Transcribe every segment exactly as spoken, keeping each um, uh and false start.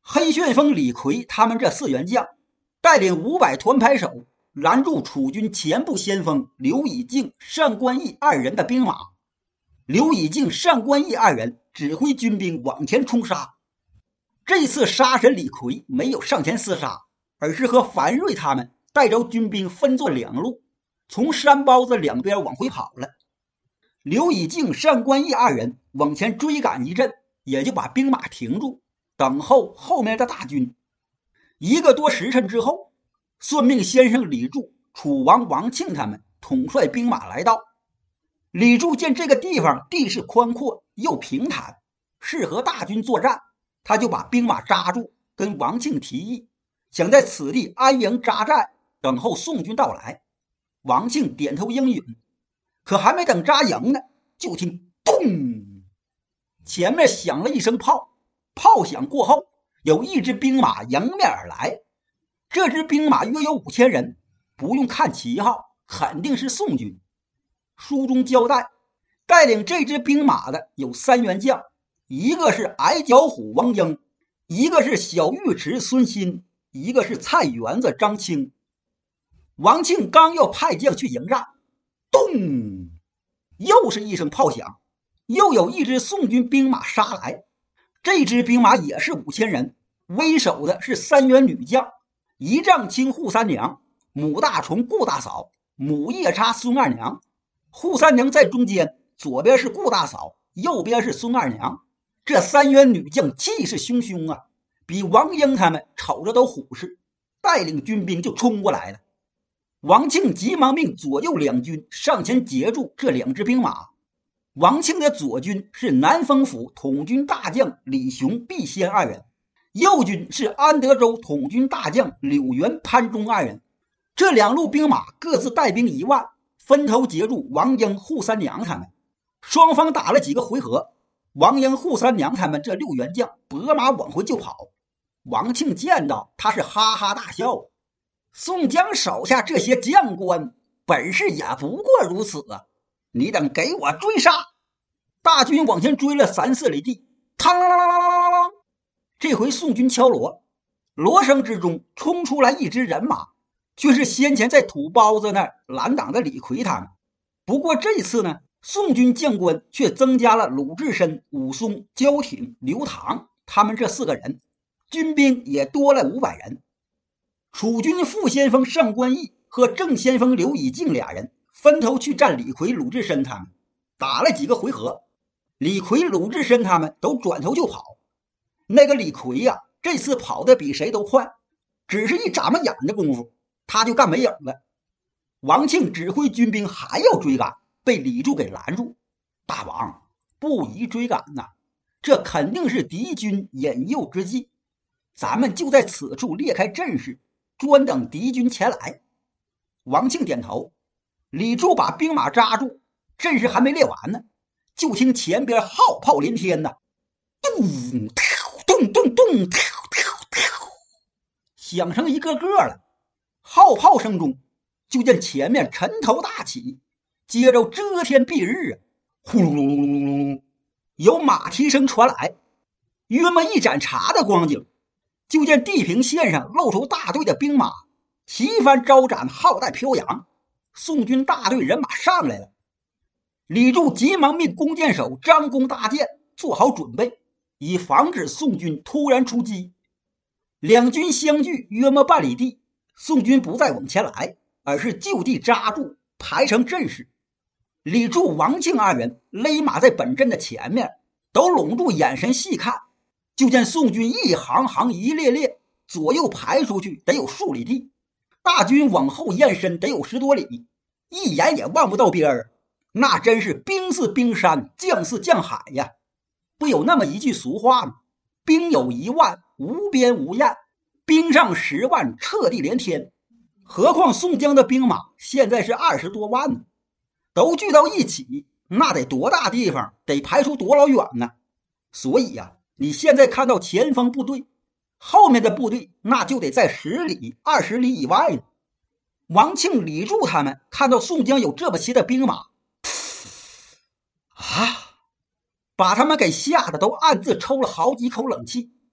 黑旋风李逵他们这四员将带领五百团牌手拦住楚军前部先锋刘以敬、单关义二人的兵马。刘以敬、单关义二人指挥军兵往前冲杀。这次杀神李逵没有上前厮杀，而是和樊瑞他们带着军兵分作两路，从山包子两边往回跑了。刘以敬、单关义二人往前追赶一阵，也就把兵马停住，等候后面的大军。一个多时辰之后，算命先生李柱、楚王王庆他们统帅兵马来到。李柱见这个地方地势宽阔又平坦，适合大军作战，他就把兵马扎住，跟王庆提议，想在此地安营扎寨，等候宋军到来。王庆点头应允，可还没等扎营呢，就听咚，前面响了一声炮，炮响过后，有一支兵马迎面而来。这支兵马约有五千人，不用看旗号，肯定是宋军。书中交代，带领这支兵马的有三员将，一个是矮脚虎王英，一个是小尉迟孙新，一个是菜园子张清。王庆刚要派将去迎战，咚，又是一声炮响，又有一支宋军兵马杀来。这支兵马也是五千人，为首的是三员女将，一丈青扈三娘，母大虫顾大嫂，母夜叉孙二娘。扈三娘在中间，左边是顾大嫂，右边是孙二娘。这三员女将气势汹汹啊，比王英他们瞅着都虎视，带领军兵就冲过来了。王庆急忙命左右两军上前截住这两支兵马。王庆的左军是南丰府统军大将李雄、毕先二人，右军是安德州统军大将柳元、潘忠二人。这两路兵马各自带兵一万，分头截住王英、扈三娘他们。双方打了几个回合，王英、扈三娘他们这六员将拨马往回就跑。王庆见到他是哈哈大笑，宋江手下这些将官本事也不过如此啊！你等给我追杀！大军往前追了三四里地，嘡啷啷啷啷啷，这回宋军敲锣，锣声之中冲出来一支人马，却是先前在土包子那儿拦挡的李逵他们。不过这次呢，宋军将官却增加了鲁智深、武松、焦挺、刘唐他们这四个人，军兵也多了五百人。楚军副先锋上官义和正先锋刘以敬俩人分头去战李逵、鲁智深他们，打了几个回合，李逵、鲁智深他们都转头就跑。那个李逵呀、啊，这次跑得比谁都快，只是一眨巴眼的功夫，他就干没影了。王庆指挥军兵还要追赶，被李柱给拦住。大王，不宜追赶呐，这肯定是敌军引诱之计，咱们就在此处列开阵势，专等敌军前来。王庆点头，李柱把兵马扎住，阵势还没列完呢，就听前边号炮连天呐，咚咚咚咚，响成一个个了。号炮声中，就见前面尘头大起，接着遮天蔽日啊，呼隆隆隆隆隆，有马蹄声传来。约么一盏茶的光景，就见地平线上露出大队的兵马，旗帆招展，号带飘扬，宋军大队人马上来了。李柱急忙命弓箭手张弓搭箭，做好准备，以防止宋军突然出击。两军相距约么半里地，宋军不再往前来，而是就地扎住，排成阵势。李柱、王庆二人勒马在本阵的前面，都拢住眼神细看，就见宋军一行行一列列左右排出去得有数里地，大军往后延伸得有十多里，一眼也望不到边儿。那真是兵似冰山，将似将海呀！不有那么一句俗话吗？兵有一万，无边无沿；兵上十万，彻地连天。何况宋江的兵马现在是二十多万呢，都聚到一起，那得多大地方，得排出多老远呢？所以呀、啊，你现在看到前锋部队，后面的部队那就得在十里、二十里以外呢。王庆、李柱他们看到宋江有这么些的兵马，啊，把他们给吓得都暗自抽了好几口冷气。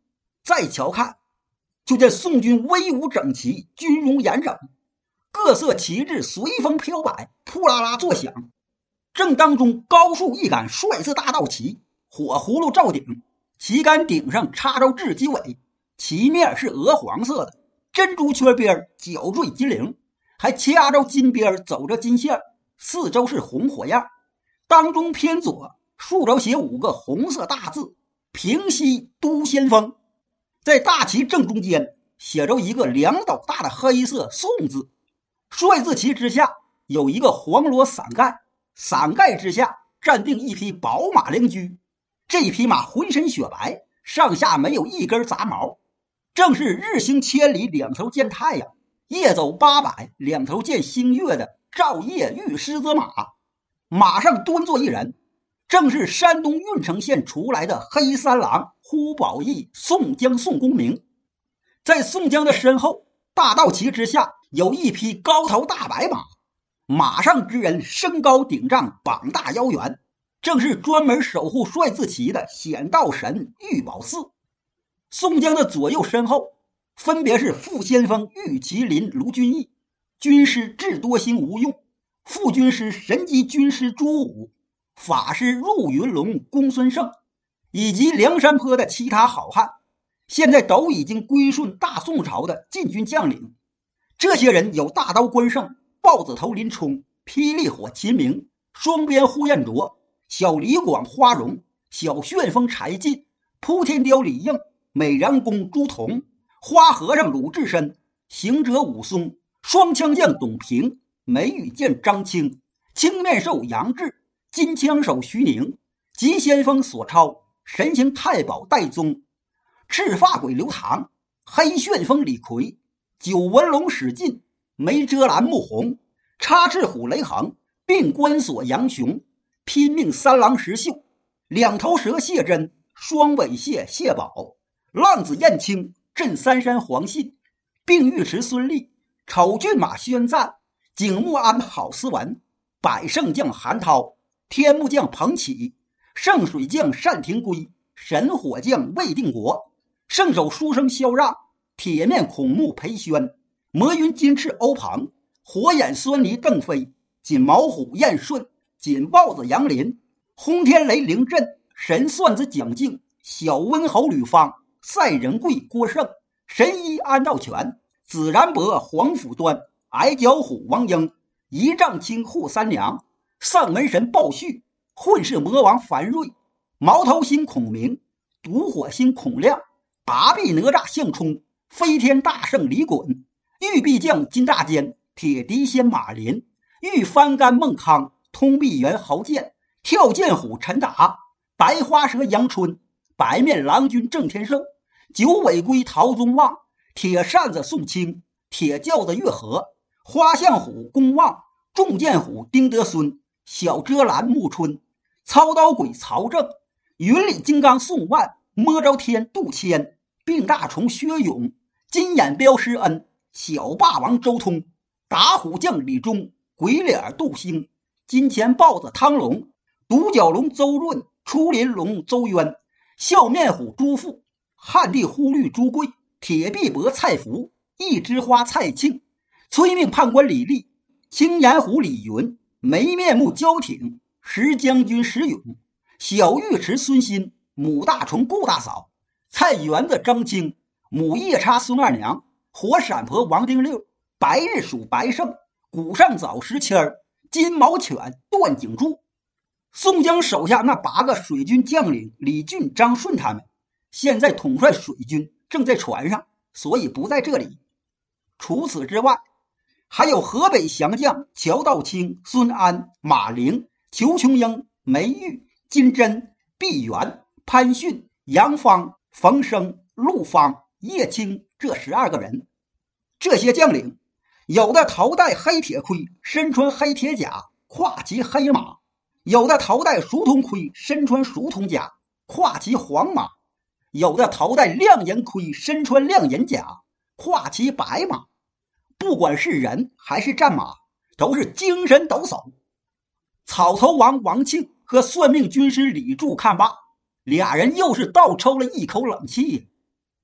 再瞧看，就见宋军威武整齐，军容严整，各色旗帜随风飘摆，扑啦啦作响。正当中高竖一杆帅字大道旗，火葫芦罩顶，旗杆顶上插着雉鸡尾，旗面是鹅黄色的，珍珠圈边绞缀金铃，还掐着金边走着金线，四周是红火焰，当中偏左竖着写五个红色大字：平西都先锋。在大旗正中间写着一个两斗大的黑色宋字。帅字旗之下有一个黄罗伞盖，伞盖之下站定一匹宝马灵驹，这匹马浑身雪白，上下没有一根杂毛，正是日行千里两头见太阳，夜走八百两头见星月的赵夜玉狮子马。马上端坐一人，正是山东运城县出来的黑三郎呼保义宋江宋公明。在宋江的身后，大道旗之下有一匹高头大白马，马上之人身高顶丈，膀大腰圆，正是专门守护帅字旗的显道神玉宝寺。宋江的左右身后分别是副先锋玉麒麟卢俊义、军师智多星吴用、副军师神机军师朱武、法师入云龙公孙胜，以及梁山坡的其他好汉，现在都已经归顺大宋朝的禁军将领。这些人有大刀关胜、豹子头林冲、霹雳火秦明、双鞭呼延灼、小李广花荣、小旋风柴进、扑天雕李应、美髯公朱仝、花和尚鲁智深、行者武松、双枪将董平、梅雨剑张青、青面兽杨志、金枪手徐宁、急先锋索超、神行太保戴宗、赤发鬼刘唐、黑旋风李逵、九纹龙史进、梅遮拦穆弘、插翅虎雷横、并关索杨雄、拼命三郎石秀、两头蛇谢真、双尾蟹谢宝、浪子燕青、镇三山黄信、并尉迟孙立、丑骏马宣赞、景木安郝思文、百胜将韩涛、天目将彭起、圣水将单廷圭、神火将魏定国、圣手书生萧让、铁面孔目裴宣、魔云金翅欧鹏、火眼狻猊邓飞、锦毛虎燕顺、锦豹子杨林、轰天雷凌震、神算子蒋敬、小温侯吕方、赛仁贵郭胜、神医安道全、紫然伯黄甫端、矮脚虎王英、一丈青扈三娘、丧门神鲍旭、混世魔王樊瑞、毛头星孔明、毒火星孔亮、拔臂哪吒项冲、飞天大圣李衮、玉臂将金大坚、铁笛仙马林、玉翻干孟康、通臂猿侯健、跳涧虎陈达、白花蛇杨春、白面郎君郑天寿、九尾龟陶宗旺、铁扇子宋清、铁轿子岳和、花象虎公望、重剑虎丁德孙、小遮拦穆春、操刀鬼曹正、云里金刚宋万、摸着天杜谦、病大虫薛勇、金眼镖施恩、小霸王周通、打虎将李忠、鬼脸杜兴、金钱豹子汤龙、独角龙周润、出林龙周渊、笑面虎朱富、汉地忽律朱贵、铁臂伯蔡福、一枝花蔡庆、催命判官李立、青眼虎李云、没面目焦挺、石将军石勇、小尉迟孙新、母大虫顾大嫂、菜园子张青、母夜叉孙二娘、火闪婆王丁六、白日鼠白胜、古上早石谦儿、金毛犬段景柱。宋江手下那八个水军将领李俊、张顺他们现在统帅水军，正在船上，所以不在这里。除此之外，还有河北降将乔道清、孙安、马陵、裘琼英、梅玉、金珍、毕元、潘逊、杨芳、冯生、陆芳、叶青这十二个人。这些将领有的头戴黑铁盔，身穿黑铁甲，跨骑黑马；有的头戴熟铜盔，身穿熟铜甲，跨骑黄马；有的头戴亮银盔，身穿亮银甲，跨骑白马。不管是人还是战马，都是精神抖擞。草头王王庆和算命军师李柱看罢，俩人又是倒抽了一口冷气。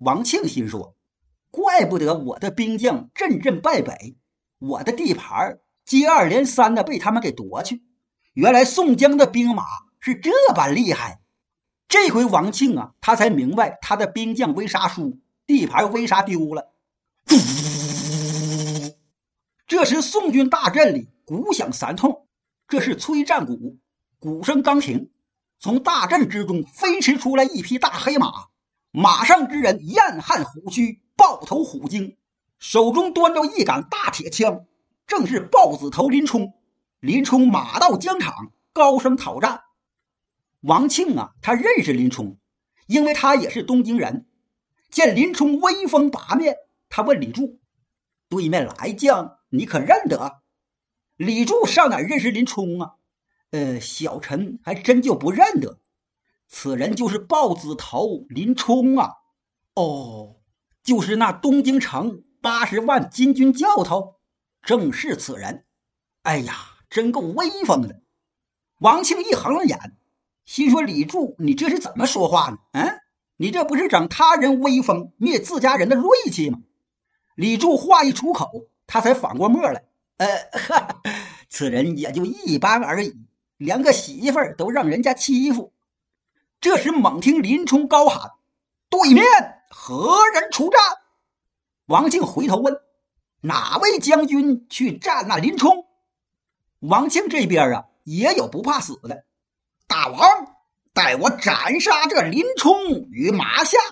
王庆心说，怪不得我的兵将阵阵败北，我的地盘接二连三的被他们给夺去，原来宋江的兵马是这般厉害。这回王庆啊，他才明白他的兵将为啥输，地盘为啥丢了。这时宋军大阵里鼓响三通，这是催战鼓，鼓声刚停，从大阵之中飞驰出来一匹大黑马，马上之人燕汉虎须，豹头虎颈，手中端着一杆大铁枪，正是豹子头林冲。林冲马到疆场，高声讨战。王庆啊，他认识林冲，因为他也是东京人。见林冲威风八面，他问李柱，对面来将你可认得？李柱上哪认识林冲啊？呃，小臣还真就不认得，此人就是豹子头林冲啊。哦，就是那东京城八十万金军教头，正是此人。哎呀，真够威风的。王庆一横了眼，心说李柱，你这是怎么说话呢？嗯，你这不是整他人威风，灭自家人的锐气吗？李柱话一出口，他才反过墨来，呃，哈，此人也就一般而已，连个媳妇儿都让人家欺负。这时猛听林冲高喊，对面何人出战？王庆回头问，哪位将军去战那林冲？王庆这边啊，也有不怕死的，大王，带我斩杀这林冲于马下。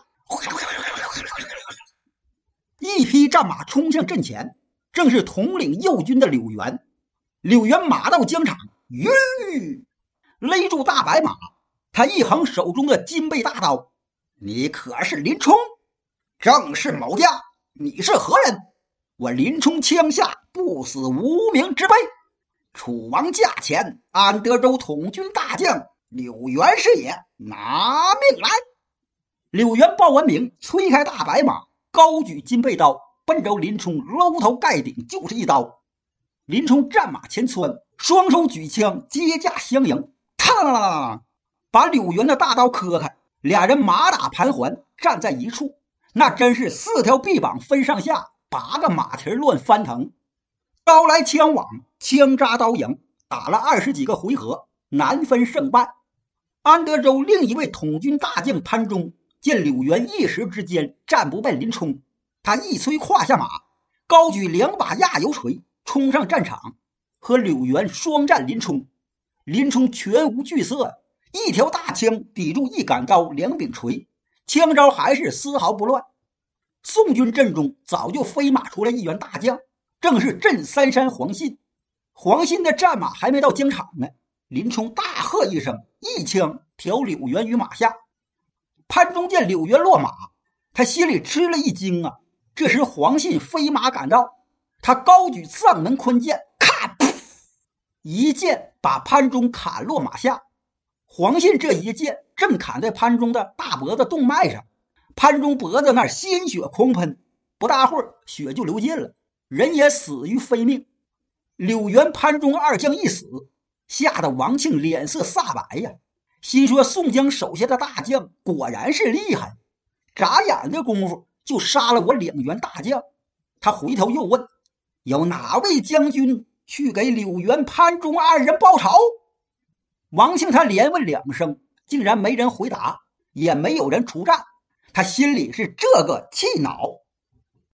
一匹战马冲向阵前，正是统领右军的柳元。柳元马到疆场，吁，勒住大白马，他一横手中的金背大刀，你可是林冲？正是某家，你是何人？我林冲枪下不死无名之辈，楚王驾前安德州统军大将柳元是也，拿命来！柳元报完名，催开大白马，高举金背刀，奔着林冲搂头盖顶就是一刀。林冲战马前窜，双手举枪接驾相迎，嘡，把柳元的大刀磕开，俩人马打盘桓，站在一处，那真是四条臂膀分上下，八个马蹄乱翻腾，刀来枪往，枪扎刀影，打了二十几个回合，难分胜败。安德州另一位统军大将潘忠见柳元一时之间战不败林冲，他一催胯下马，高举两把压油锤，冲上战场，和柳元双战林冲。林冲全无惧色，一条大枪抵住一杆刀两柄锤，枪招还是丝毫不乱。宋军阵中早就飞马出来一员大将，正是镇三山黄信。黄信的战马还没到疆场呢，林冲大喝一声，一枪挑柳元于马下。潘忠见柳元落马，他心里吃了一惊啊！这时黄信飞马赶到，他高举藏门坤剑，咔，噗，一剑把潘忠砍落马下。黄信这一剑正砍在潘忠的大脖子动脉上，潘忠脖子那儿鲜血狂喷，不大会儿血就流尽了，人也死于非命。柳元、潘忠二将一死，吓得王庆脸色煞白呀，心说宋江手下的大将果然是厉害，眨眼的功夫就杀了我两员大将。他回头又问，有哪位将军去给柳元、潘忠二人报仇？王庆他连问两声，竟然没人回答，也没有人出战，他心里是这个气恼。